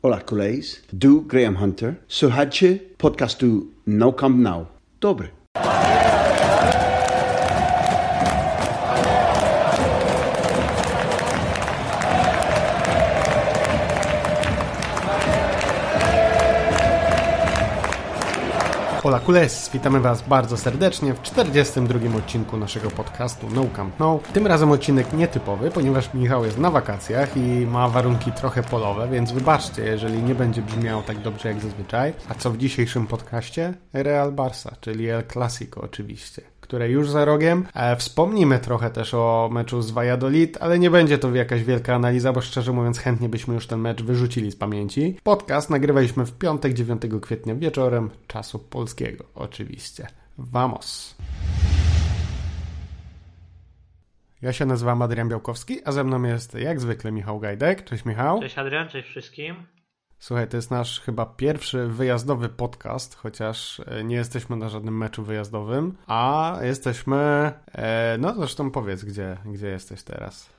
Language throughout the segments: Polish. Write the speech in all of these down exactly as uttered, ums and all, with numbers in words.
Hola koleś, du Graham Hunter. Słuchajcie podcastu No Camp Now. Dobry. Hola kules, witamy Was bardzo serdecznie w czterdziestym drugim odcinku naszego podcastu No Camp No. Tym razem odcinek nietypowy, ponieważ Michał jest na wakacjach i ma warunki trochę polowe, więc wybaczcie, jeżeli nie będzie brzmiał tak dobrze jak zazwyczaj. A co w dzisiejszym podcaście? Real Barça, czyli El Clasico oczywiście, które już za rogiem. E, wspomnimy trochę też o meczu z Valladolid, ale nie będzie to jakaś wielka analiza, bo szczerze mówiąc chętnie byśmy już ten mecz wyrzucili z pamięci. Podcast nagrywaliśmy w piątek, dziewiątego kwietnia wieczorem, czasu polskiego oczywiście. Vamos! Ja się nazywam Adrian Białkowski, a ze mną jest jak zwykle Michał Gajdek. Cześć Michał. Cześć Adrian, cześć wszystkim. Słuchaj, to jest nasz chyba pierwszy wyjazdowy podcast, chociaż nie jesteśmy na żadnym meczu wyjazdowym, a jesteśmy, e, no zresztą powiedz, gdzie, gdzie jesteś teraz.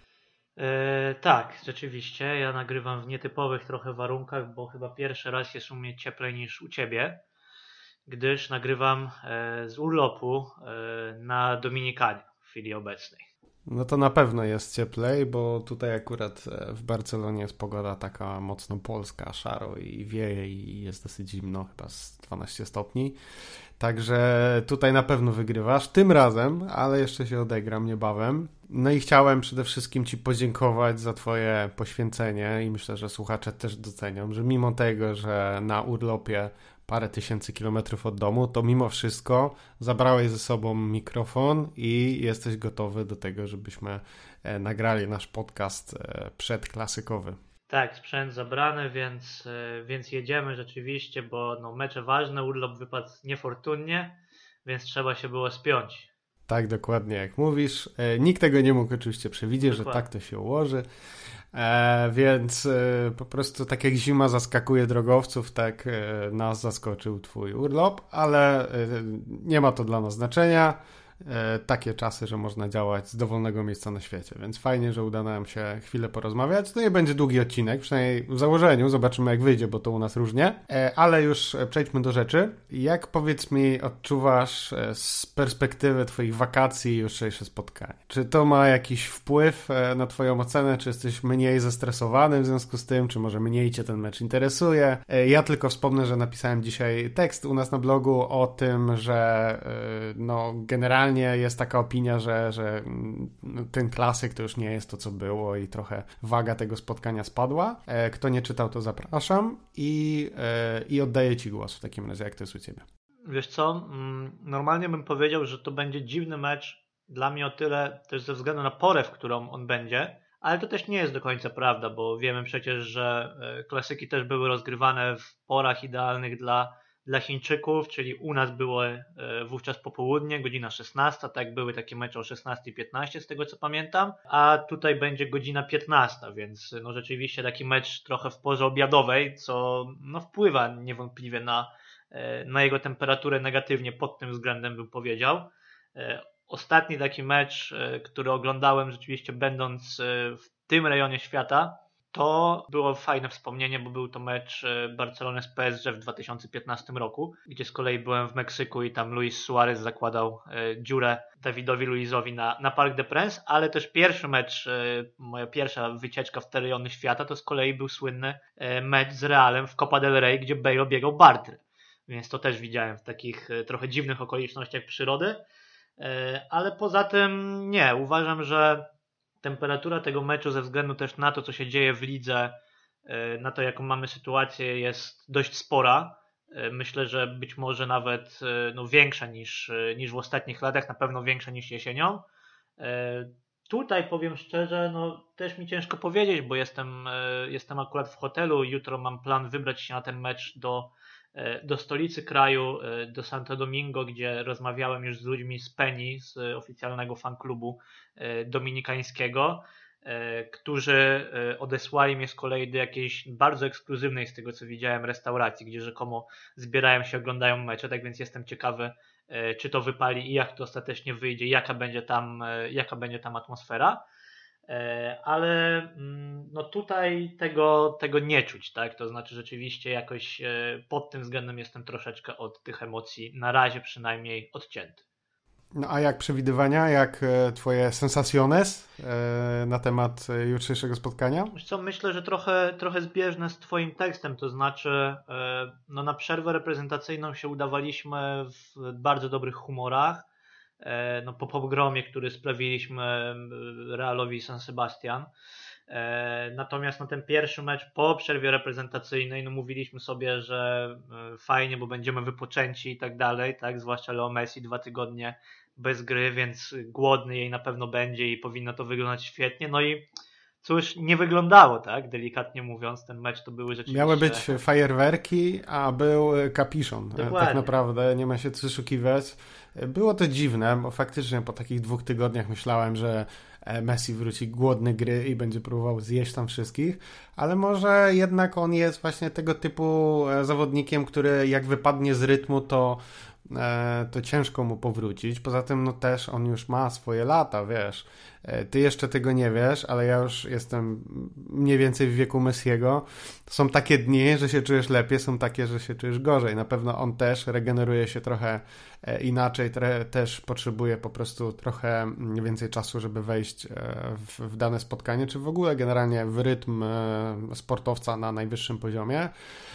E, tak, rzeczywiście, ja nagrywam w nietypowych trochę warunkach, bo chyba pierwszy raz jest u mnie cieplej niż u Ciebie, gdyż nagrywam e, z urlopu e, na Dominikanie w chwili obecnej. No to na pewno jest cieplej, bo tutaj akurat w Barcelonie jest pogoda taka mocno polska, szaro i wieje i jest dosyć zimno, chyba z dwanaście stopni. Także tutaj na pewno wygrywasz, tym razem, ale jeszcze się odegram niebawem. No i chciałem przede wszystkim Ci podziękować za Twoje poświęcenie i myślę, że słuchacze też docenią, że mimo tego, że na urlopie parę tysięcy kilometrów od domu, to mimo wszystko zabrałeś ze sobą mikrofon i jesteś gotowy do tego, żebyśmy nagrali nasz podcast przedklasykowy. Tak, sprzęt zabrany, więc, więc jedziemy rzeczywiście, bo no, mecze ważne, urlop wypadł niefortunnie, więc trzeba się było spiąć. Tak, dokładnie jak mówisz. Nikt tego nie mógł oczywiście przewidzieć, dokładnie, że tak to się ułoży. E, więc e, po prostu tak jak zima zaskakuje drogowców, tak e, nas zaskoczył twój urlop, ale e, nie ma to dla nas znaczenia. E, takie czasy, że można działać z dowolnego miejsca na świecie, więc fajnie, że uda nam się chwilę porozmawiać. To nie będzie długi odcinek, przynajmniej w założeniu, zobaczymy jak wyjdzie, bo to u nas różnie, e, ale już przejdźmy do rzeczy. Jak, powiedz mi, odczuwasz e, z perspektywy twoich wakacji jutrzejsze spotkanie? Czy to ma jakiś wpływ e, na twoją ocenę, czy jesteś mniej zestresowany w związku z tym, czy może mniej cię ten mecz interesuje? E, ja tylko wspomnę, że napisałem dzisiaj tekst u nas na blogu o tym, że e, no generalnie jest taka opinia, że, że ten klasyk to już nie jest to, co było i trochę waga tego spotkania spadła. Kto nie czytał, to zapraszam i, i oddaję Ci głos w takim razie, jak to jest u Ciebie. Wiesz co, normalnie bym powiedział, że to będzie dziwny mecz dla mnie o tyle też ze względu na porę, w którą on będzie, ale to też nie jest do końca prawda, bo wiemy przecież, że klasyki też były rozgrywane w porach idealnych dla Dla Chińczyków, czyli u nas było wówczas popołudnie, godzina szesnasta, tak były takie mecze o szesnasta piętnaście z tego co pamiętam, a tutaj będzie godzina piętnasta, więc no rzeczywiście taki mecz trochę w porze obiadowej, co no wpływa niewątpliwie na, na jego temperaturę negatywnie pod tym względem bym powiedział. Ostatni taki mecz, który oglądałem rzeczywiście będąc w tym rejonie świata, to było fajne wspomnienie, bo był to mecz Barcelony z P S G w dwa tysiące piętnastym roku, gdzie z kolei byłem w Meksyku i tam Luis Suarez zakładał dziurę Davidowi Luizowi na, na Parc des Princes, ale też pierwszy mecz, moja pierwsza wycieczka w te rejony świata, to z kolei był słynny mecz z Realem w Copa del Rey, gdzie Bale obiegał Bartry, więc to też widziałem w takich trochę dziwnych okolicznościach przyrody, ale poza tym nie, uważam, że temperatura tego meczu ze względu też na to, co się dzieje w lidze, na to, jaką mamy sytuację, jest dość spora. Myślę, że być może nawet no, większa niż, niż w ostatnich latach, na pewno większa niż jesienią. Tutaj powiem szczerze, no też mi ciężko powiedzieć, bo jestem, jestem akurat w hotelu. Jutro mam plan wybrać się na ten mecz do, do stolicy kraju, do Santo Domingo, gdzie rozmawiałem już z ludźmi z Peni, z oficjalnego fanklubu dominikańskiego, którzy odesłali mnie z kolei do jakiejś bardzo ekskluzywnej, z tego co widziałem, restauracji, gdzie rzekomo zbierają się, oglądają mecze, tak więc jestem ciekawy, czy to wypali i jak to ostatecznie wyjdzie, jaka będzie tam, jaka będzie tam atmosfera. Ale no tutaj tego, tego nie czuć, tak? To znaczy rzeczywiście jakoś pod tym względem jestem troszeczkę od tych emocji, na razie przynajmniej, odcięty. No a jak przewidywania, jak twoje sensaciones na temat jutrzejszego spotkania? Wiesz co, myślę, że trochę, trochę zbieżne z twoim tekstem, to znaczy no na przerwę reprezentacyjną się udawaliśmy w bardzo dobrych humorach, no po pogromie, który sprawiliśmy Realowi San Sebastian. Natomiast no ten pierwszy mecz po przerwie reprezentacyjnej, no mówiliśmy sobie, że fajnie, bo będziemy wypoczęci i tak dalej, tak, zwłaszcza Leo Messi dwa tygodnie bez gry, więc głodny jej na pewno będzie i powinno to wyglądać świetnie. No i cóż, nie wyglądało, tak, delikatnie mówiąc, ten mecz to były rzeczywiście... Miały być fajerwerki, a był kapiszon. Dokładnie. Tak naprawdę, nie ma się co oszukiwać. Było to dziwne, bo faktycznie po takich dwóch tygodniach myślałem, że Messi wróci głodny gry i będzie próbował zjeść tam wszystkich, ale może jednak on jest właśnie tego typu zawodnikiem, który jak wypadnie z rytmu, to to ciężko mu powrócić. Poza tym no też on już ma swoje lata, wiesz. Ty jeszcze tego nie wiesz, ale ja już jestem mniej więcej w wieku Messiego. Są takie dni, że się czujesz lepiej, są takie, że się czujesz gorzej. Na pewno on też regeneruje się trochę inaczej, tre, też potrzebuje po prostu trochę więcej czasu, żeby wejść w, w dane spotkanie, czy w ogóle generalnie w rytm sportowca na najwyższym poziomie.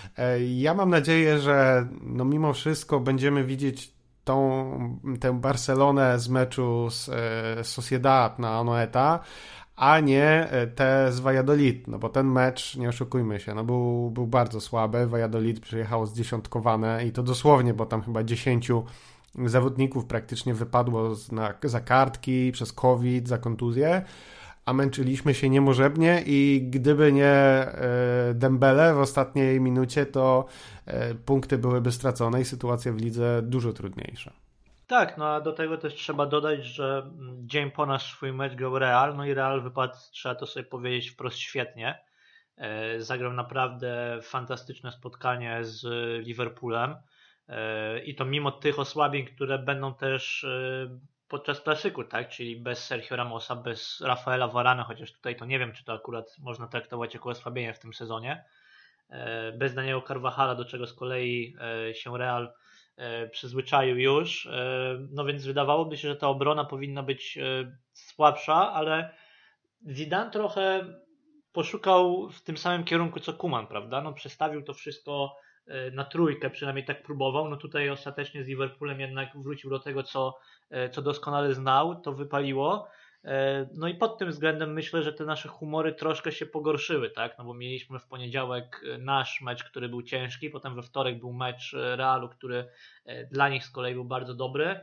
Ja mam nadzieję, że no mimo wszystko będziemy widzieć tą, tę Barcelonę z meczu z e, Sociedad na Anoeta, a nie te z Valladolid, no bo ten mecz, nie oszukujmy się, no był, był bardzo słaby. Valladolid przyjechało zdziesiątkowane i to dosłownie, bo tam chyba dziesięciu zawodników praktycznie wypadło z, na, za kartki, przez COVID, za kontuzję, a męczyliśmy się niemożebnie i gdyby nie e, Dembele w ostatniej minucie, to e, punkty byłyby stracone i sytuacja w lidze dużo trudniejsza. Tak, no a do tego też trzeba dodać, że dzień po nasz swój mecz grał Real, no i Real wypadł, trzeba to sobie powiedzieć wprost, świetnie. E, zagrał naprawdę fantastyczne spotkanie z Liverpoolem e, i to mimo tych osłabień, które będą też e, podczas klasyku, tak, czyli bez Sergio Ramosa, bez Rafaela Varana, chociaż tutaj to nie wiem, czy to akurat można traktować jako osłabienie w tym sezonie, e, bez Daniela Carvajala, do czego z kolei e, się Real przyzwyczaił już, no więc wydawałoby się, że ta obrona powinna być słabsza, ale Zidane trochę poszukał w tym samym kierunku co Koeman, prawda? No przestawił to wszystko na trójkę, przynajmniej tak próbował, no tutaj ostatecznie z Liverpoolem jednak wrócił do tego, co, co doskonale znał, to wypaliło. No i pod tym względem myślę, że te nasze humory troszkę się pogorszyły, tak? No bo mieliśmy w poniedziałek nasz mecz, który był ciężki, potem we wtorek był mecz Realu, który dla nich z kolei był bardzo dobry,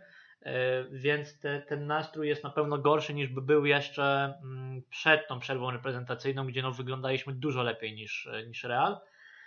więc te, ten nastrój jest na pewno gorszy niż by był jeszcze przed tą przerwą reprezentacyjną, gdzie no wyglądaliśmy dużo lepiej niż, niż Real.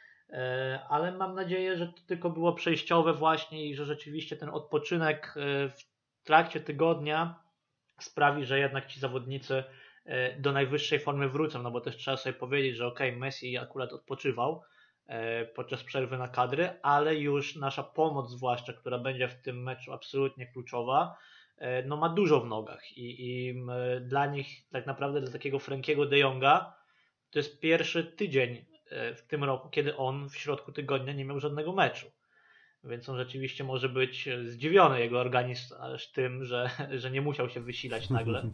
Ale mam nadzieję, że to tylko było przejściowe właśnie i że rzeczywiście ten odpoczynek w trakcie tygodnia sprawi, że jednak ci zawodnicy do najwyższej formy wrócą, no bo też trzeba sobie powiedzieć, że okej, okay, Messi akurat odpoczywał podczas przerwy na kadry, ale już nasza pomoc zwłaszcza, która będzie w tym meczu absolutnie kluczowa, no ma dużo w nogach i, i dla nich tak naprawdę, dla takiego Frankiego de Jonga to jest pierwszy tydzień w tym roku, kiedy on w środku tygodnia nie miał żadnego meczu. Więc on rzeczywiście może być zdziwiony, jego organizm, aż tym, że, że nie musiał się wysilać nagle.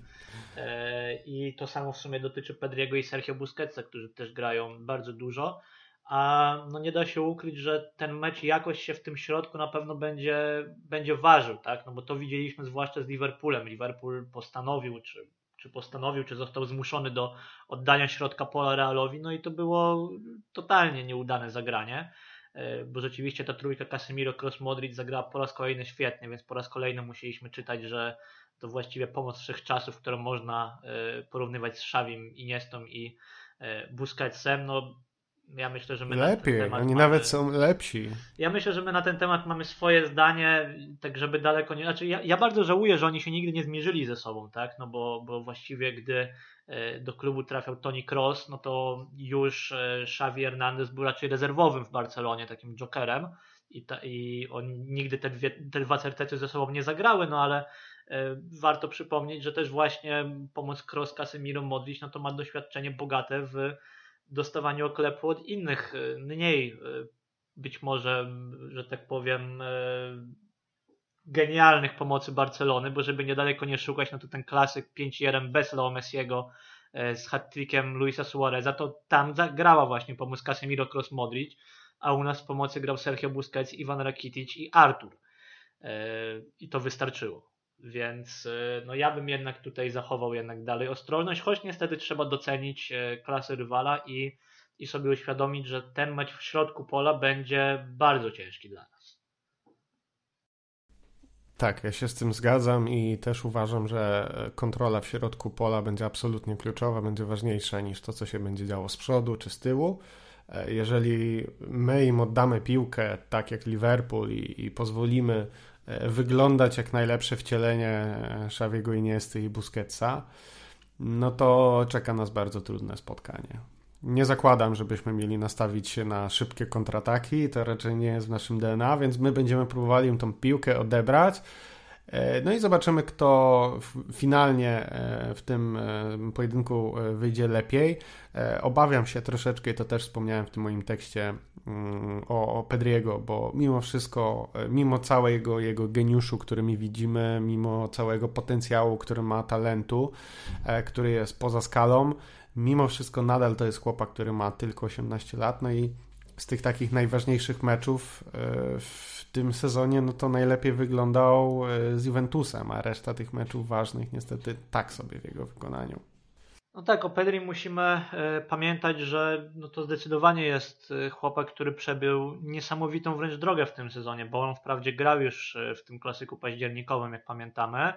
I to samo w sumie dotyczy Pedriego i Sergio Busquetsa, którzy też grają bardzo dużo. A no nie da się ukryć, że ten mecz jakoś się w tym środku na pewno będzie, będzie ważył, tak? No bo to widzieliśmy zwłaszcza z Liverpoolem. Liverpool postanowił, czy, czy postanowił, czy został zmuszony do oddania środka pola Realowi, no i to było totalnie nieudane zagranie. Bo rzeczywiście ta trójka Casemiro, Kroos, Modric zagrała po raz kolejny świetnie, więc po raz kolejny musieliśmy czytać, że to właściwie pomoc wszechczasów, którą można porównywać z Xavim, Iniestą i Busquetsem. No ja myślę, że my lepiej, na ten temat oni mamy... nawet są lepsi. Ja myślę, że my na ten temat mamy swoje zdanie, tak żeby daleko nie... Znaczy ja, ja bardzo żałuję, że oni się nigdy nie zmierzyli ze sobą, tak? No bo, bo właściwie gdy do klubu trafiał Toni Kroos, no to już Xavi Hernandez był raczej rezerwowym w Barcelonie, takim jokerem i, ta, i oni nigdy te, dwie, te dwa certety ze sobą nie zagrały, no ale warto przypomnieć, że też właśnie pomoc Kroos, Casemiro, Modric, no to ma doświadczenie bogate w dostawaniu oklepu od innych, mniej być może, że tak powiem, genialnych pomocy Barcelony, bo żeby niedaleko nie szukać, no to ten klasyk pięć jeden bez Leo Messiego z hat-trickiem Luisa Suareza, to tam grała właśnie pomoc Casemiro, Kroos, Modric, a u nas w pomocy grał Sergio Busquets, Ivan Rakitic i Artur. I to wystarczyło. Więc no ja bym jednak tutaj zachował jednak dalej ostrożność, choć niestety trzeba docenić klasę rywala i, i sobie uświadomić, że ten mecz w środku pola będzie bardzo ciężki dla nas. Tak, ja się z tym zgadzam i też uważam, że kontrola w środku pola będzie absolutnie kluczowa, będzie ważniejsza niż to, co się będzie działo z przodu czy z tyłu. Jeżeli my im oddamy piłkę tak jak Liverpool i, i pozwolimy wyglądać jak najlepsze wcielenie Xaviego, Iniesty i Busquetsa, no to czeka nas bardzo trudne spotkanie. Nie zakładam, żebyśmy mieli nastawić się na szybkie kontrataki, to raczej nie jest w naszym D N A, więc my będziemy próbowali im tą piłkę odebrać. No i zobaczymy, kto finalnie w tym pojedynku wyjdzie lepiej. Obawiam się troszeczkę, i to też wspomniałem w tym moim tekście o, o Pedriego, bo mimo wszystko, mimo całego jego geniuszu, który my widzimy, mimo całego potencjału, który ma, talentu, który jest poza skalą, mimo wszystko nadal to jest chłopak, który ma tylko osiemnaście lat, no i z tych takich najważniejszych meczów w tym sezonie, no to najlepiej wyglądał z Juventusem, a reszta tych meczów ważnych niestety tak sobie w jego wykonaniu. No tak, o Pedri musimy pamiętać, że no to zdecydowanie jest chłopak, który przebył niesamowitą wręcz drogę w tym sezonie, bo on wprawdzie grał już w tym klasyku październikowym, jak pamiętamy,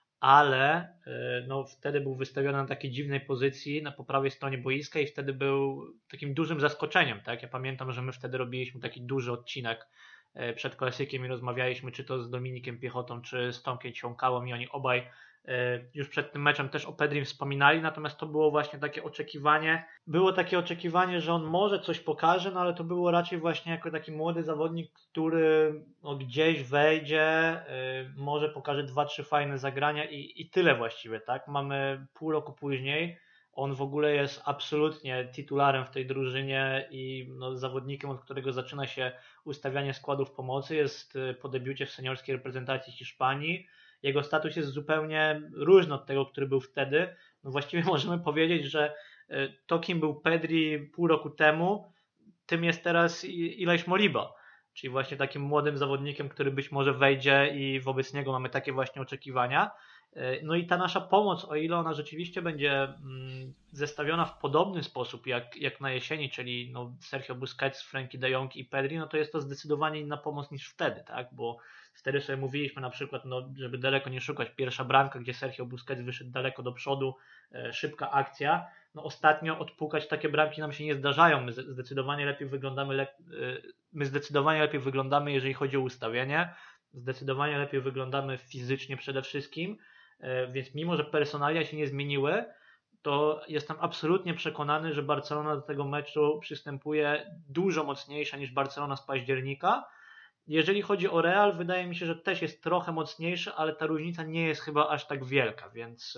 ale no, wtedy był wystawiony na takiej dziwnej pozycji na po prawej stronie boiska i wtedy był takim dużym zaskoczeniem. Tak? Ja pamiętam, że my wtedy robiliśmy taki duży odcinek przed klasykiem i rozmawialiśmy czy to z Dominikiem Piechotą, czy z Tomkiem Ciąkałą i oni obaj już przed tym meczem też o Pedrim wspominali, natomiast to było właśnie takie oczekiwanie, było takie oczekiwanie, że on może coś pokaże, no ale to było raczej właśnie jako taki młody zawodnik, który no, gdzieś wejdzie, yy, może pokaże dwa, trzy fajne zagrania i, i tyle właściwie, tak? Mamy pół roku później, on w ogóle jest absolutnie titularem w tej drużynie i no, zawodnikiem, od którego zaczyna się ustawianie składów pomocy, jest po debiucie w seniorskiej reprezentacji Hiszpanii. Jego status jest zupełnie różny od tego, który był wtedy. No właściwie możemy powiedzieć, że to, kim był Pedri pół roku temu, tym jest teraz Ilaish Moriba, czyli właśnie takim młodym zawodnikiem, który być może wejdzie i wobec niego mamy takie właśnie oczekiwania. No i ta nasza pomoc, o ile ona rzeczywiście będzie zestawiona w podobny sposób jak, jak na jesieni, czyli no Sergio Busquets, Frenkie de Jong i Pedri, no to jest to zdecydowanie inna pomoc niż wtedy, tak? Bo wtedy sobie mówiliśmy na przykład, no, żeby daleko nie szukać, pierwsza bramka, gdzie Sergio Busquets wyszedł daleko do przodu, e, szybka akcja. No ostatnio odpukać takie bramki nam się nie zdarzają. My zdecydowanie lepiej wyglądamy, lep... my zdecydowanie lepiej wyglądamy, jeżeli chodzi o ustawienie. Zdecydowanie lepiej wyglądamy fizycznie przede wszystkim. E, więc mimo, że personalia się nie zmieniły, to jestem absolutnie przekonany, że Barcelona do tego meczu przystępuje dużo mocniejsza niż Barcelona z października. Jeżeli chodzi o Real, wydaje mi się, że też jest trochę mocniejszy, ale ta różnica nie jest chyba aż tak wielka, więc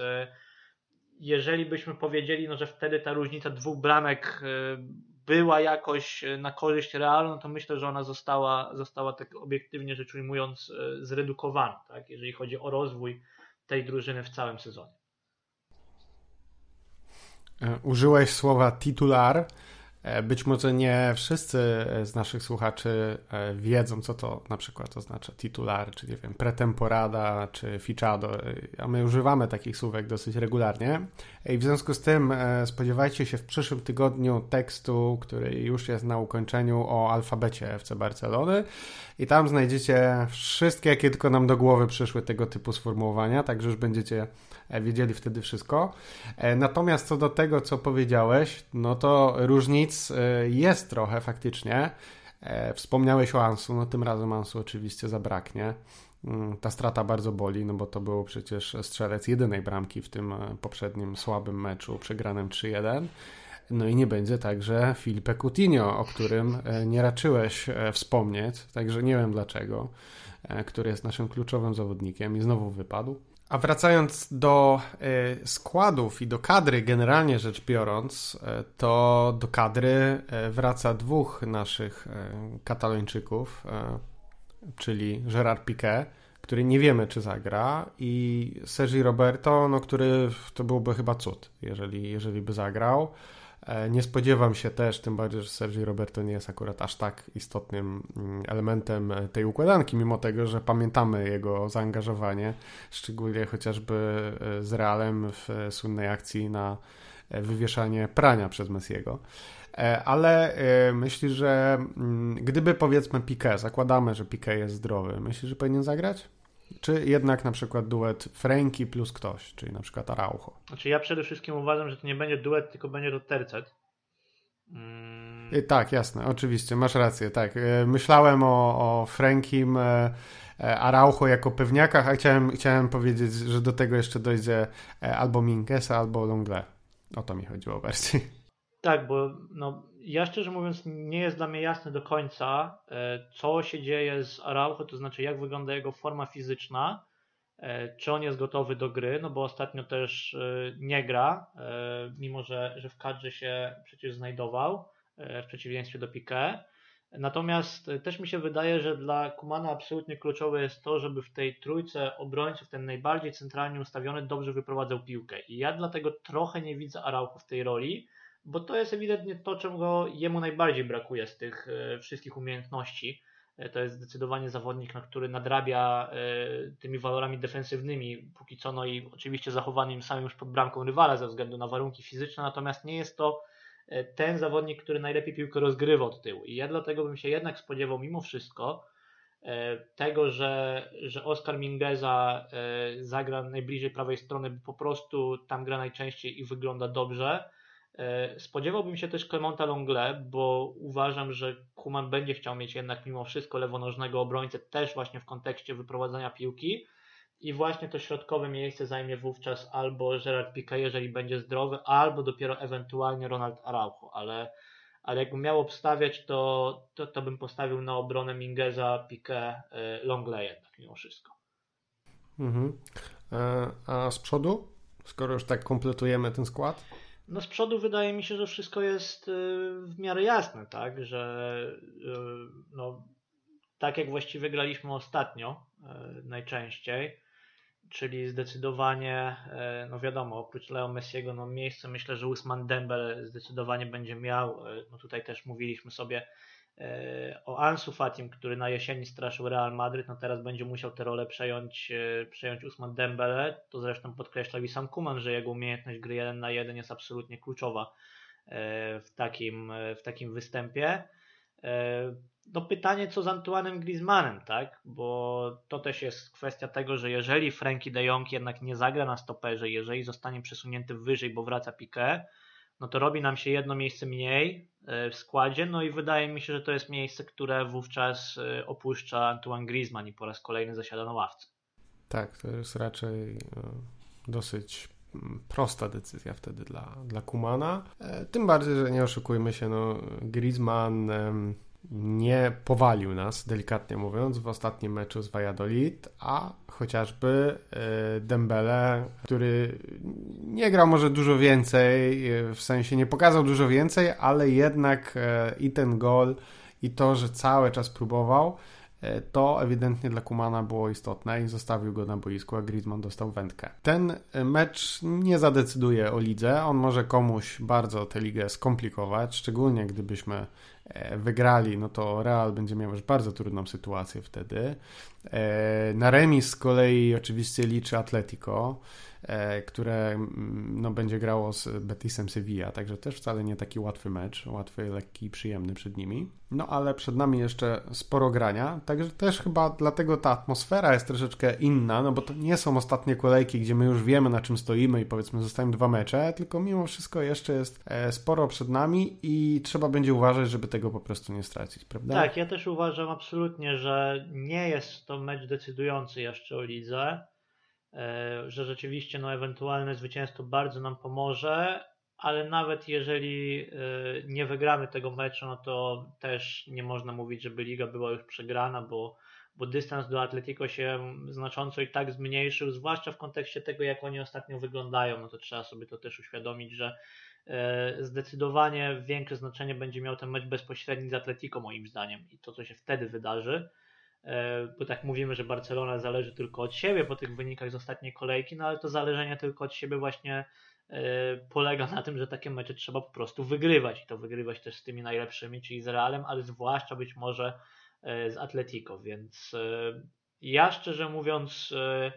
jeżeli byśmy powiedzieli, no, że wtedy ta różnica dwóch bramek była jakoś na korzyść Realu, no to myślę, że ona została, została tak obiektywnie rzecz ujmując zredukowana, tak? Jeżeli chodzi o rozwój tej drużyny w całym sezonie. Użyłeś słowa titular. Być może nie wszyscy z naszych słuchaczy wiedzą, co to na przykład oznacza titular, czy nie wiem, pretemporada, czy fichado, a my używamy takich słówek dosyć regularnie. I w związku z tym spodziewajcie się w przyszłym tygodniu tekstu, który już jest na ukończeniu, o alfabecie F C Barcelony i tam znajdziecie wszystkie, jakie tylko nam do głowy przyszły tego typu sformułowania, także już będziecie wiedzieli wtedy wszystko. Natomiast co do tego, co powiedziałeś, no to różnic jest trochę faktycznie. Wspomniałeś o Ansu, no tym razem Ansu oczywiście zabraknie. Ta strata bardzo boli, no bo to było przecież strzelec jedynej bramki w tym poprzednim słabym meczu przegranym trzy jeden. No i nie będzie także Filipe Coutinho, o którym nie raczyłeś wspomnieć, także nie wiem dlaczego, który jest naszym kluczowym zawodnikiem i znowu wypadł. A wracając do y, składów i do kadry, generalnie rzecz biorąc, y, to do kadry y, wraca dwóch naszych y, Katalończyków, y, czyli Gerard Piqué, który nie wiemy, czy zagra, i Sergi Roberto, no, który to byłby chyba cud, jeżeli, jeżeli by zagrał. Nie spodziewam się też, tym bardziej, że Sergi Roberto nie jest akurat aż tak istotnym elementem tej układanki, mimo tego, że pamiętamy jego zaangażowanie, szczególnie chociażby z Realem w słynnej akcji na wywieszanie prania przez Messiego. Ale myślisz, że gdyby powiedzmy Piqué, zakładamy, że Piqué jest zdrowy, myślisz, że powinien zagrać? Czy jednak na przykład duet Frenkie plus ktoś, czyli na przykład Araujo? Znaczy ja przede wszystkim uważam, że to nie będzie duet, tylko będzie to tercet. Hmm. Tak, jasne, oczywiście, masz rację, tak. Myślałem o, o Frenkim, Araujo jako pewniakach, a chciałem, chciałem powiedzieć, że do tego jeszcze dojdzie albo Mingueza, albo Longley. O to mi chodziło bardziej. Tak, bo no, ja szczerze mówiąc nie jest dla mnie jasne do końca, co się dzieje z Araujo, to znaczy jak wygląda jego forma fizyczna, czy on jest gotowy do gry, no bo ostatnio też nie gra, mimo że, że w kadrze się przecież znajdował, w przeciwieństwie do Piqué. Natomiast też mi się wydaje, że dla Kumana absolutnie kluczowe jest to, żeby w tej trójce obrońców ten najbardziej centralnie ustawiony dobrze wyprowadzał piłkę. I ja dlatego trochę nie widzę Araujo w tej roli, bo to jest ewidentnie to, czego jemu najbardziej brakuje z tych e, wszystkich umiejętności. E, to jest zdecydowanie zawodnik, no, który nadrabia e, tymi walorami defensywnymi, póki co, no i oczywiście zachowanym samym już pod bramką rywala ze względu na warunki fizyczne, natomiast nie jest to e, ten zawodnik, który najlepiej piłkę rozgrywa od tyłu. I ja dlatego bym się jednak spodziewał mimo wszystko e, tego, że, że Oscar Mingueza e, zagra najbliżej prawej strony, bo po prostu tam gra najczęściej i wygląda dobrze. Spodziewałbym się też Clemonta Longley, bo uważam, że Koeman będzie chciał mieć jednak mimo wszystko lewonożnego obrońcę też właśnie w kontekście wyprowadzania piłki i właśnie to środkowe miejsce zajmie wówczas albo Gerard Piqué, jeżeli będzie zdrowy, albo dopiero ewentualnie Ronald Araujo, ale, ale jakbym miał obstawiać, to, to, to bym postawił na obronę Mingueza, Piqué, Longley jednak mimo wszystko. Mhm. A z przodu? Skoro już tak kompletujemy ten skład? No z przodu wydaje mi się, że wszystko jest w miarę jasne, tak, że no, tak jak właściwie graliśmy ostatnio najczęściej, czyli zdecydowanie, no wiadomo, oprócz Leo Messiego, no miejsce myślę, że Ousmane Dembele zdecydowanie będzie miał, no tutaj też mówiliśmy sobie o Ansu Fatim, który na jesieni straszył Real Madryt, no teraz będzie musiał tę rolę przejąć, przejąć Ousmane Dembele. To zresztą podkreślał i sam Koeman, że jego umiejętność gry jeden na jeden jest absolutnie kluczowa w takim, w takim występie. No pytanie, co z Antoine'em Griezmannem, tak? Bo to też jest kwestia tego, że jeżeli Frenkie de Jong jednak nie zagra na stoperze, jeżeli zostanie przesunięty wyżej, bo wraca Piqué, no to robi nam się jedno miejsce mniej w składzie, no i wydaje mi się, że to jest miejsce, które wówczas opuszcza Antoine Griezmann i po raz kolejny zasiada na ławce. Tak, to jest raczej dosyć prosta decyzja wtedy dla, dla Koemana. Tym bardziej, że nie oszukujmy się, no Griezmann nie powalił nas, delikatnie mówiąc, w ostatnim meczu z Valladolid, a chociażby Dembele, który nie grał może dużo więcej, w sensie nie pokazał dużo więcej, ale jednak i ten gol, i to, że cały czas próbował, to ewidentnie dla Koemana było istotne i zostawił go na boisku, a Griezmann dostał wędkę. Ten mecz nie zadecyduje o lidze, on może komuś bardzo tę ligę skomplikować, szczególnie gdybyśmy wygrali, no to Real będzie miał już bardzo trudną sytuację wtedy. Na remis z kolei oczywiście liczy Atletico, które no, będzie grało z Betisem Sevilla, także też wcale nie taki łatwy mecz, łatwy, lekki i przyjemny przed nimi. No ale przed nami jeszcze sporo grania, także też chyba dlatego ta atmosfera jest troszeczkę inna, no bo to nie są ostatnie kolejki, gdzie my już wiemy, na czym stoimy i powiedzmy zostają dwa mecze, tylko mimo wszystko jeszcze jest sporo przed nami i trzeba będzie uważać, żeby tego po prostu nie stracić, prawda? Tak, ja też uważam absolutnie, że nie jest to mecz decydujący jeszcze o lidze, że rzeczywiście no, ewentualne zwycięstwo bardzo nam pomoże, ale nawet jeżeli nie wygramy tego meczu, no to też nie można mówić, żeby liga była już przegrana, bo, bo dystans do Atletico się znacząco i tak zmniejszył, zwłaszcza w kontekście tego, jak oni ostatnio wyglądają, no to trzeba sobie to też uświadomić, że zdecydowanie większe znaczenie będzie miał ten mecz bezpośredni z Atletico moim zdaniem i to, co się wtedy wydarzy, bo tak mówimy, że Barcelona zależy tylko od siebie po tych wynikach z ostatniej kolejki, no ale to zależenie tylko od siebie właśnie polega na tym, że takie mecze trzeba po prostu wygrywać i to wygrywać też z tymi najlepszymi, czyli z Realem, ale zwłaszcza być może z Atletico, więc ja szczerze mówiąc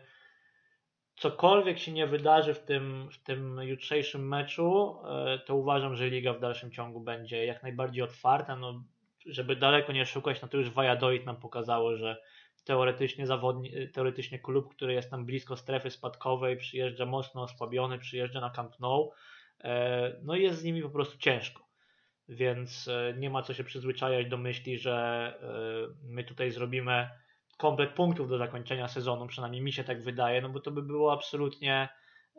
cokolwiek się nie wydarzy w tym, w tym jutrzejszym meczu, to uważam, że liga w dalszym ciągu będzie jak najbardziej otwarta, no żeby daleko nie szukać, no to już Valladolid nam pokazało, że teoretycznie zawodni, teoretycznie klub, który jest tam blisko strefy spadkowej, przyjeżdża mocno osłabiony, przyjeżdża na Camp Nou, no i jest z nimi po prostu ciężko, więc nie ma co się przyzwyczajać do myśli, że my tutaj zrobimy komplet punktów do zakończenia sezonu, przynajmniej mi się tak wydaje, no bo to by było absolutnie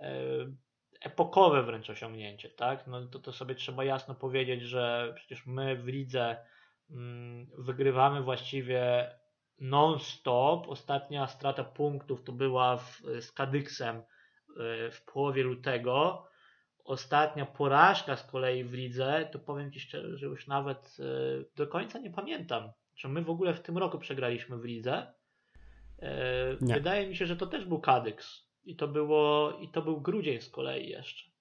epokowe wręcz osiągnięcie, tak? No to, to sobie trzeba jasno powiedzieć, że przecież my w lidze mm, wygrywamy właściwie non-stop. Ostatnia strata punktów to była w, z Kadyksem w połowie lutego. Ostatnia porażka z kolei w lidze, to powiem Ci szczerze, że już nawet do końca nie pamiętam, czy my w ogóle w tym roku przegraliśmy w lidze. Nie. Wydaje mi się, że to też był Kadyks i to było i to był grudzień z kolei jeszcze.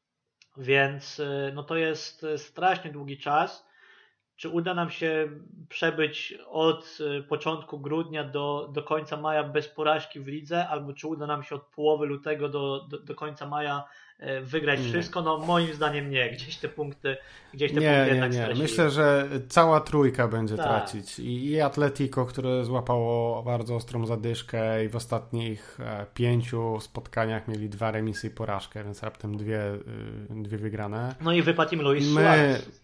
Więc no to jest strasznie długi czas. Czy uda nam się przebyć od początku grudnia do, do końca maja bez porażki w lidze, albo czy uda nam się od połowy lutego do, do, do końca maja wygrać nie. wszystko? No moim zdaniem nie. Gdzieś te punkty, gdzieś te nie, punkty nie, jednak nie. stracili. Myślę, że cała trójka będzie tak. tracić. I, I Atletico, które złapało bardzo ostrą zadyszkę i w ostatnich e, pięciu spotkaniach mieli dwa remisy i porażkę, więc raptem dwie, y, dwie wygrane. No i wypadł im Luis My... Suarez.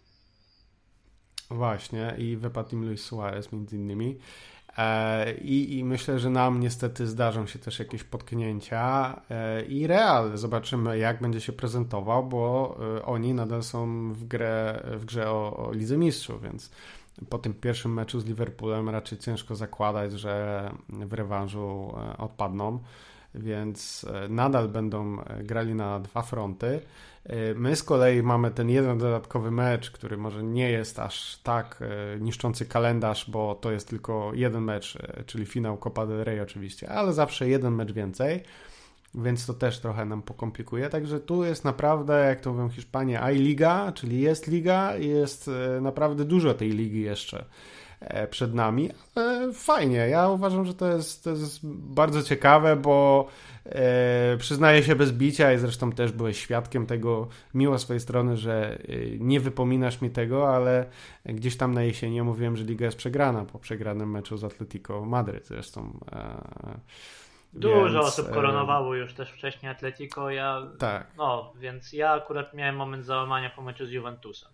Właśnie, i wypadł im Luis Suarez między innymi. E, i, I myślę, że nam niestety zdarzą się też jakieś potknięcia e, i Real. Zobaczymy, jak będzie się prezentował, bo e, oni nadal są w, grę, w grze o, o Lidze Mistrzów, więc po tym pierwszym meczu z Liverpoolem raczej ciężko zakładać, że w rewanżu e, odpadną, więc e, nadal będą grali na dwa fronty. My z kolei mamy ten jeden dodatkowy mecz, który może nie jest aż tak niszczący kalendarz, bo to jest tylko jeden mecz, czyli finał Copa del Rey oczywiście, ale zawsze jeden mecz więcej, więc to też trochę nam pokomplikuje. Także tu jest naprawdę, jak to mówią Hiszpanie, hay liga, czyli jest liga i jest naprawdę dużo tej ligi jeszcze przed nami. Fajnie, ja uważam, że to jest, to jest bardzo ciekawe, bo e, przyznaję się bez bicia i zresztą też byłeś świadkiem tego, miło z swojej strony, że nie wypominasz mi tego, ale gdzieś tam na jesieni mówiłem, że liga jest przegrana po przegranym meczu z Atletico Madryt zresztą. E, Dużo więc, osób koronowało już też wcześniej Atletico, ja, tak. no, więc ja akurat miałem moment załamania po meczu z Juventusem.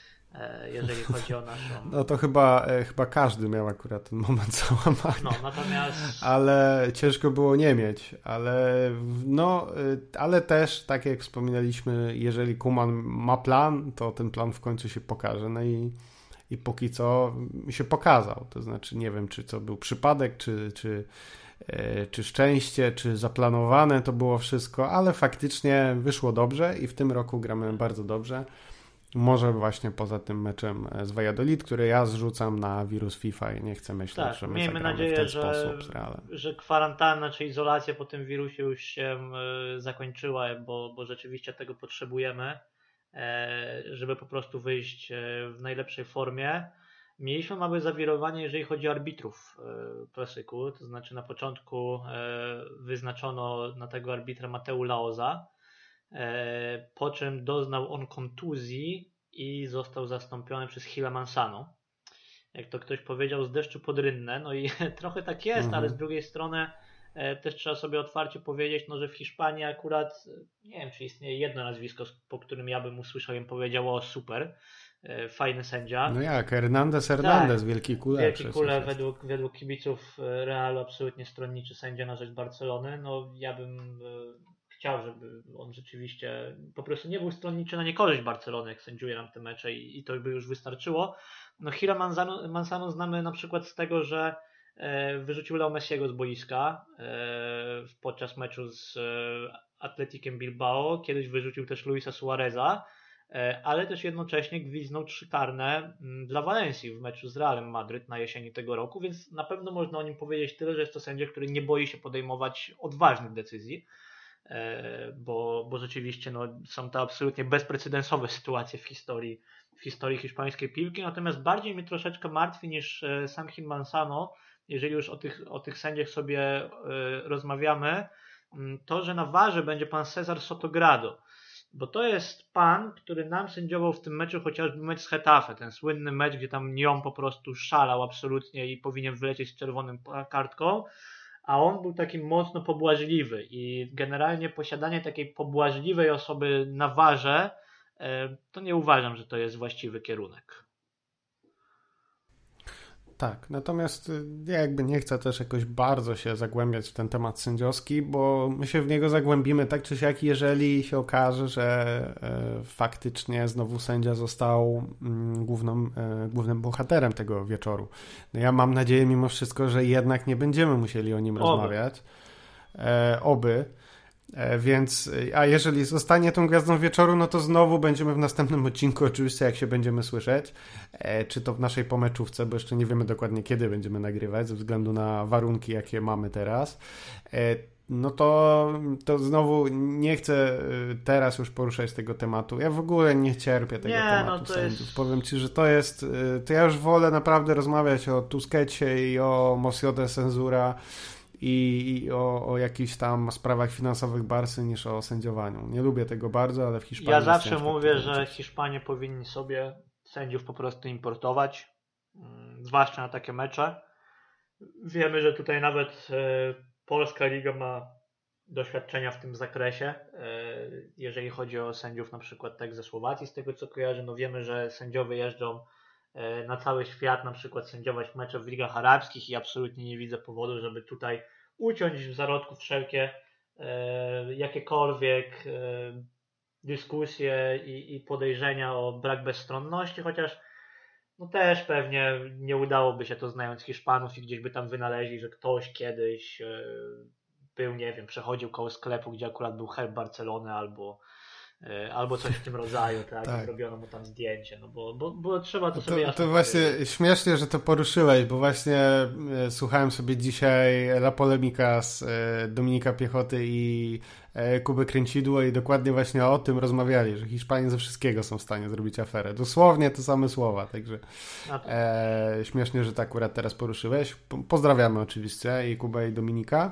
Jeżeli chodzi o naszą... No to chyba, chyba każdy miał akurat ten moment załamania. No, natomiast... Ale ciężko było nie mieć. Ale no, ale też, tak jak wspominaliśmy, jeżeli Koeman ma plan, to ten plan w końcu się pokaże. No i, i póki co się pokazał. To znaczy nie wiem, czy to był przypadek, czy, czy, czy szczęście, czy zaplanowane to było wszystko, ale faktycznie wyszło dobrze i w tym roku gramy bardzo dobrze. Może właśnie poza tym meczem z Valladolid, który ja zrzucam na wirus FIFA i nie chcę myśleć, tak, że my miejmy zagramy nadzieję, w ten że, sposób z Realem. Że kwarantanna czy izolacja po tym wirusie już się y, zakończyła, bo, bo rzeczywiście tego potrzebujemy, e, żeby po prostu wyjść w najlepszej formie. Mieliśmy małe zawirowanie, jeżeli chodzi o arbitrów w klasyku, to znaczy na początku e, wyznaczono na tego arbitra Mateu Laoza, po czym doznał on kontuzji i został zastąpiony przez Hila Mansano. Jak to ktoś powiedział, z deszczu pod rynnę. No i trochę tak jest, mhm. ale z drugiej strony też trzeba sobie otwarcie powiedzieć, no, że w Hiszpanii akurat, nie wiem, czy istnieje jedno nazwisko, po którym ja bym usłyszał i powiedział, o super, fajny sędzia. No jak, Hernandez Hernandez, tak, wielki kule. Wielki kule według, według kibiców Realu absolutnie stronniczy sędzia na rzecz Barcelony. No ja bym chciał, żeby on rzeczywiście po prostu nie był stronniczy na niekorzyść Barcelony, jak sędziuje nam te mecze i, i to by już wystarczyło. No Hira Manzano, Manzano znamy na przykład z tego, że e, wyrzucił Leo Messiego z boiska e, podczas meczu z e, Atletikiem Bilbao. Kiedyś wyrzucił też Luisa Suareza, e, ale też jednocześnie gwizdnął trzy karne m, dla Walencji w meczu z Realem Madryt na jesieni tego roku, więc na pewno można o nim powiedzieć tyle, że jest to sędzia, który nie boi się podejmować odważnych decyzji. Bo, bo rzeczywiście no, są to absolutnie bezprecedensowe sytuacje w historii, w historii hiszpańskiej piłki, natomiast bardziej mnie troszeczkę martwi niż sam Gil Manzano, jeżeli już o tych, o tych sędziach sobie y, rozmawiamy, to, że na warze będzie pan Cesar Sotogrado, bo to jest pan, który nam sędziował w tym meczu chociażby mecz z Getafe, ten słynny mecz, gdzie tam Nyon po prostu szalał absolutnie i powinien wylecieć z czerwonym kartką, a on był taki mocno pobłażliwy i generalnie posiadanie takiej pobłażliwej osoby na warze, to nie uważam, że to jest właściwy kierunek. Tak, natomiast ja jakby nie chcę też jakoś bardzo się zagłębiać w ten temat sędziowski, bo my się w niego zagłębimy tak czy siak, jeżeli się okaże, że faktycznie znowu sędzia został główną, głównym bohaterem tego wieczoru. No ja mam nadzieję mimo wszystko, że jednak nie będziemy musieli o nim Oby. rozmawiać. E, oby. Więc, a jeżeli zostanie tą gwiazdą wieczoru, no to znowu będziemy w następnym odcinku, oczywiście jak się będziemy słyszeć, czy to w naszej pomeczówce, bo jeszcze nie wiemy dokładnie kiedy będziemy nagrywać, ze względu na warunki jakie mamy teraz, no to, to znowu nie chcę teraz już poruszać tego tematu. Ja w ogóle nie cierpię tego nie, tematu no to sędziów. jest... Powiem Ci, że to jest, to ja już wolę naprawdę rozmawiać o Tusquetsie i o Moció de Censura i, i o, o jakichś tam sprawach finansowych Barsy niż o sędziowaniu. Nie lubię tego bardzo, ale w Hiszpanii... Ja zawsze mówię, że Hiszpanie powinni sobie sędziów po prostu importować, zwłaszcza na takie mecze. Wiemy, że tutaj nawet e, Polska Liga ma doświadczenia w tym zakresie, e, jeżeli chodzi o sędziów na przykład tak ze Słowacji, z tego co kojarzę, no wiemy, że sędziowie jeżdżą na cały świat, na przykład sędziować mecze w ligach arabskich i absolutnie nie widzę powodu, żeby tutaj uciąć w zarodku wszelkie e, jakiekolwiek e, dyskusje i, i podejrzenia o brak bezstronności, chociaż no też pewnie nie udałoby się to, znając Hiszpanów, i gdzieś by tam wynaleźli, że ktoś kiedyś e, był, nie wiem, przechodził koło sklepu, gdzie akurat był herb Barcelony albo albo coś w tym rodzaju, tak? tak. Robiono mu tam zdjęcie, no bo, bo, bo trzeba to, to sobie jasno To właśnie powiedzieć. Śmiesznie, że to poruszyłeś, bo właśnie e, słuchałem sobie dzisiaj La Polemika z e, Dominika Piechoty i e, Kuby Kręcidło i dokładnie właśnie o tym rozmawiali, że Hiszpanie ze wszystkiego są w stanie zrobić aferę. Dosłownie te same słowa, także e, śmiesznie, że to akurat teraz poruszyłeś. Po, pozdrawiamy oczywiście i Kubę i Dominika.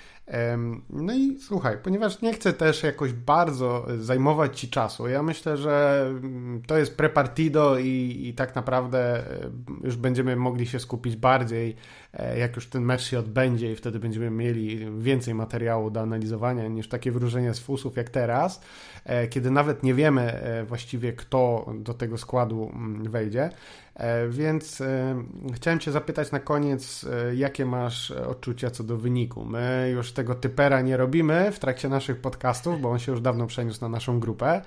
No i słuchaj, ponieważ nie chcę też jakoś bardzo zajmować Ci czasu, ja myślę, że to jest prepartido i, i tak naprawdę już będziemy mogli się skupić bardziej, jak już ten mecz się odbędzie i wtedy będziemy mieli więcej materiału do analizowania niż takie wróżenie z fusów jak teraz, kiedy nawet nie wiemy właściwie, kto do tego składu wejdzie. Więc chciałem Cię zapytać na koniec, jakie masz odczucia co do wyniku. My już tego typera nie robimy w trakcie naszych podcastów, bo on się już dawno przeniósł na naszą grupę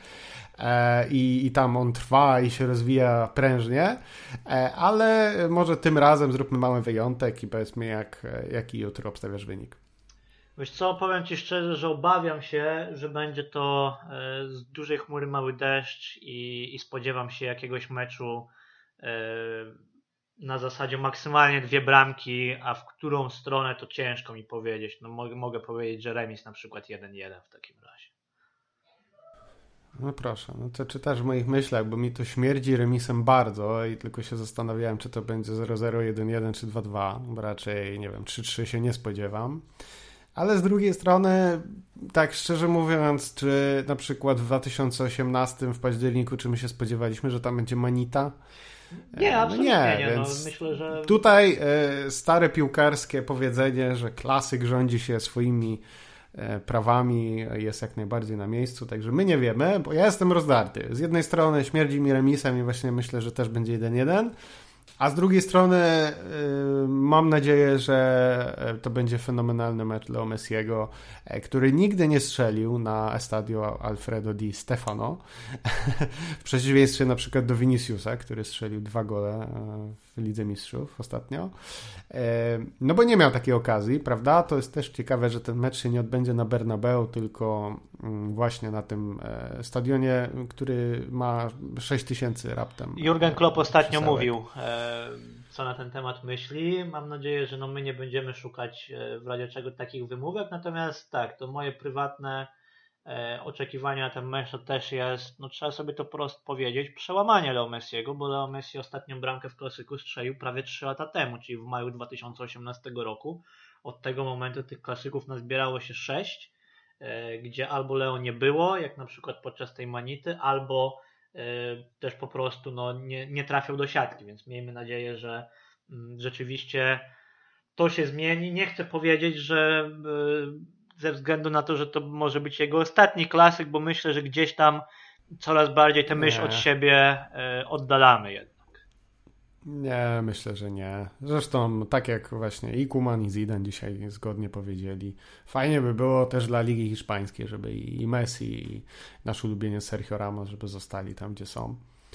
i, i tam on trwa i się rozwija prężnie, ale może tym razem zróbmy mały wyjątek i powiedzmy, jak, jaki jutro obstawiasz wynik. Wiesz co, powiem Ci szczerze, że obawiam się, że będzie to z dużej chmury mały deszcz i, i spodziewam się jakiegoś meczu na zasadzie maksymalnie dwie bramki, a w którą stronę to ciężko mi powiedzieć. No mogę, mogę powiedzieć, że remis na przykład jeden jeden w takim razie. No proszę, no to czytasz w moich myślach, bo mi to śmierdzi remisem bardzo i tylko się zastanawiałem, czy to będzie zero zero, jeden jeden czy dwa dwa, bo raczej, nie wiem, trzy trzy się nie spodziewam. Ale z drugiej strony, tak szczerze mówiąc, czy na przykład w dwa tysiące osiemnastym w październiku, czy my się spodziewaliśmy, że tam będzie Manita? Nie, absolutnie no nie, nie. Więc no, myślę, że... Tutaj e, stare piłkarskie powiedzenie, że klasyk rządzi się swoimi e, prawami, jest jak najbardziej na miejscu, także my nie wiemy, bo ja jestem rozdarty. Z jednej strony śmierdzi mi remisem i właśnie myślę, że też będzie jeden jeden, A z drugiej strony yy, mam nadzieję, że to będzie fenomenalny mecz Leo Messiego, który nigdy nie strzelił na Estadio Alfredo Di Stefano, w przeciwieństwie na przykład do Viniciusa, który strzelił dwa gole w Lidze Mistrzów ostatnio. Yy, no bo nie miał takiej okazji, prawda? To jest też ciekawe, że ten mecz się nie odbędzie na Bernabeu, tylko yy, właśnie na tym yy, stadionie, który ma sześć tysięcy raptem. Jurgen Klopp ostatnio krzesełek. mówił, co na ten temat myśli. Mam nadzieję, że no my nie będziemy szukać w razie czego takich wymówek, natomiast tak, to moje prywatne oczekiwania na ten mecz to też jest, no trzeba sobie to prosto powiedzieć, przełamanie Leo Messiego, bo Leo Messi ostatnią bramkę w klasyku strzelił prawie trzy lata temu, czyli w maju dwa tysiące osiemnastego roku. Od tego momentu tych klasyków nazbierało się sześć, gdzie albo Leo nie było, jak na przykład podczas tej Manity, albo też po prostu no, nie, nie trafiał do siatki, więc miejmy nadzieję, że rzeczywiście to się zmieni. Nie chcę powiedzieć, że ze względu na to, że to może być jego ostatni klasyk, bo myślę, że gdzieś tam coraz bardziej tę myśl od siebie oddalamy jednak. Nie, myślę, że nie. Zresztą tak jak właśnie i Koeman i Zidane dzisiaj zgodnie powiedzieli, fajnie by było też dla Ligi Hiszpańskiej, żeby i Messi i nasz ulubieniec Sergio Ramos, żeby zostali tam, gdzie są.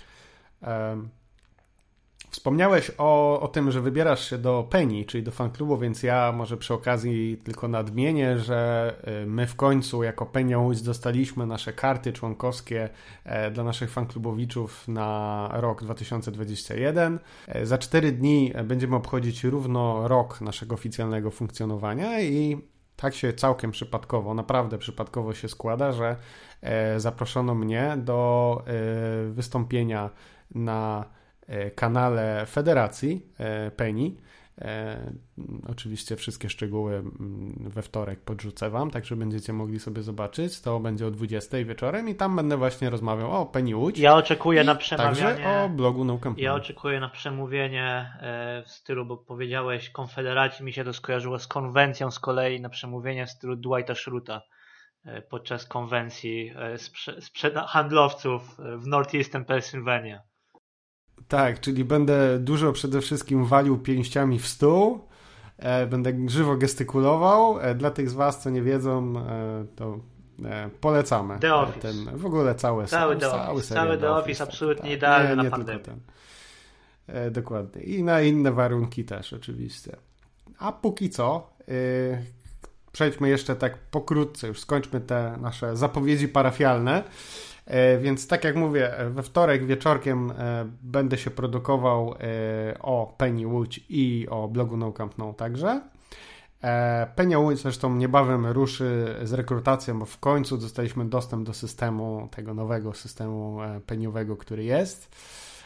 Um, Wspomniałeś o, o tym, że wybierasz się do Penny, czyli do fanklubu, więc ja może przy okazji tylko nadmienię, że my w końcu jako Penia Łódź dostaliśmy nasze karty członkowskie dla naszych fanklubowiczów na rok dwa tysiące dwudziesty pierwszy. Za cztery dni będziemy obchodzić równo rok naszego oficjalnego funkcjonowania i tak się całkiem przypadkowo, naprawdę przypadkowo się składa, że zaproszono mnie do wystąpienia na kanale Federacji Penny. E, oczywiście wszystkie szczegóły we wtorek podrzucę wam, także będziecie mogli sobie zobaczyć. To będzie o dwudziestej wieczorem i tam będę właśnie rozmawiał o Penny Łódź. Ja oczekuję na przemawianie. Także o blogu No Camp No. Ja oczekuję na przemówienie w stylu, bo powiedziałeś Konfederacji, mi się to skojarzyło z konwencją z kolei, na przemówienie w stylu Dwighta Schruta podczas konwencji sprzed handlowców w Northeastern Pennsylvania. Tak, czyli będę dużo przede wszystkim walił pięściami w stół, e, będę żywo gestykulował. E, dla tych z was, co nie wiedzą, e, to e, polecamy. The Office. Ten, w ogóle cały Cały The cały Office, cały The Office tak, absolutnie tak, idealny nie, na nie pandemię. ten. E, dokładnie. I na inne warunki też oczywiście. A póki co, e, przejdźmy jeszcze tak pokrótce, już skończmy te nasze zapowiedzi parafialne. Więc tak jak mówię, we wtorek wieczorkiem będę się produkował o Penny Łódź i o blogu No Camp No także. Penny Łódź zresztą niebawem ruszy z rekrutacją, bo w końcu dostaliśmy dostęp do systemu, tego nowego systemu peniowego, który jest.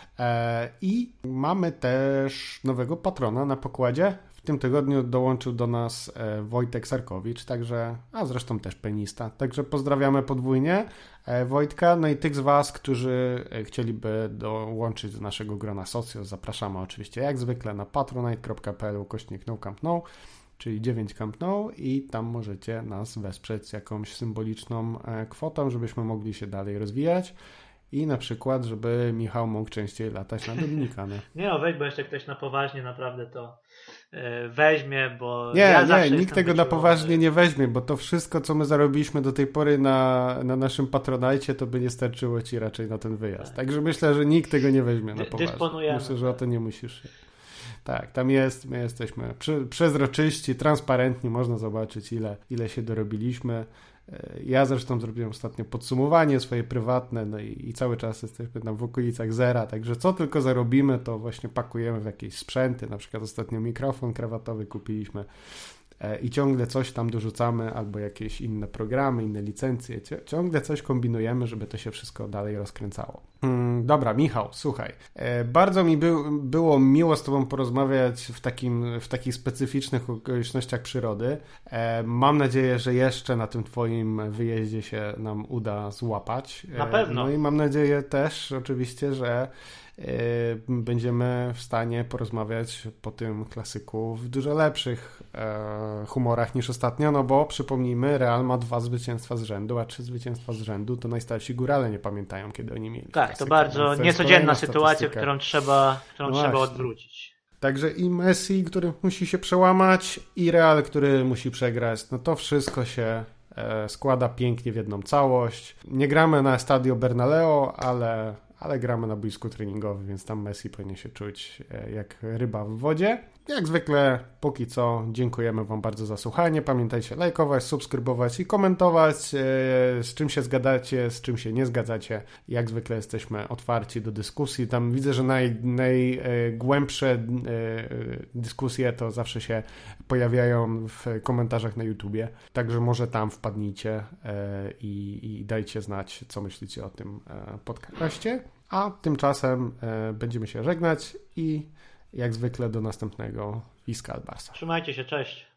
I mamy też nowego patrona na pokładzie. W tym tygodniu dołączył do nas Wojtek Sarkowicz, także, a zresztą też penista. Także pozdrawiamy podwójnie Wojtka. No i tych z was, którzy chcieliby dołączyć do naszego grona Socios, zapraszamy oczywiście jak zwykle na patronite.pl ukośnik No Camp No, czyli dziewięć Camp No i tam możecie nas wesprzeć jakąś symboliczną kwotą, żebyśmy mogli się dalej rozwijać. I na przykład, żeby Michał mógł częściej latać na Dominikanę. Nie no, weź, bo jeszcze ktoś na poważnie naprawdę to weźmie, bo nie, ja nie, nikt tego na poważnie nie weźmie, bo to wszystko, co my zarobiliśmy do tej pory na, na naszym Patronajcie, to by nie starczyło ci raczej na ten wyjazd. Tak. Także myślę, że nikt tego nie weźmie na poważnie. Dysponujemy. Myślę, że o to nie musisz. Tak, tam jest, my jesteśmy przezroczyści, transparentni, można zobaczyć ile, ile się dorobiliśmy. Ja zresztą zrobiłem ostatnio podsumowanie swoje prywatne, no i, i cały czas jesteśmy tam w okolicach zera, także co tylko zarobimy, to właśnie pakujemy w jakieś sprzęty, na przykład ostatnio mikrofon krawatowy kupiliśmy i ciągle coś tam dorzucamy, albo jakieś inne programy, inne licencje, ciągle coś kombinujemy, żeby to się wszystko dalej rozkręcało. Hmm, dobra, Michał, słuchaj, bardzo mi by, było miło z tobą porozmawiać w, takim, w takich specyficznych okolicznościach przyrody. Mam nadzieję, że jeszcze na tym twoim wyjeździe się nam uda złapać. Na pewno. No i mam nadzieję też oczywiście, że będziemy w stanie porozmawiać po tym klasyku w dużo lepszych e, humorach niż ostatnio, no bo przypomnijmy, Real ma dwa zwycięstwa z rzędu, a trzy zwycięstwa z rzędu to najstarsi górale nie pamiętają, kiedy oni mieli. Tak, Tak, to bardzo to niecodzienna sytuacja, którą trzeba, którą no trzeba właśnie. odwrócić. Także i Messi, który musi się przełamać, i Real, który musi przegrać. No to wszystko się e, składa pięknie w jedną całość. Nie gramy na Stadio Bernabeu, ale, ale gramy na boisku treningowym, więc tam Messi powinien się czuć e, jak ryba w wodzie. Jak zwykle, póki co, dziękujemy Wam bardzo za słuchanie. Pamiętajcie lajkować, subskrybować i komentować, e, z czym się zgadzacie, z czym się nie zgadzacie. Jak zwykle jesteśmy otwarci do dyskusji. Tam widzę, że naj, najgłębsze e, dyskusje to zawsze się pojawiają w komentarzach na YouTubie. Także może tam wpadnijcie e, i, i dajcie znać, co myślicie o tym e, podcaście. A tymczasem e, będziemy się żegnać i jak zwykle do następnego Visca Barça. Trzymajcie się, cześć.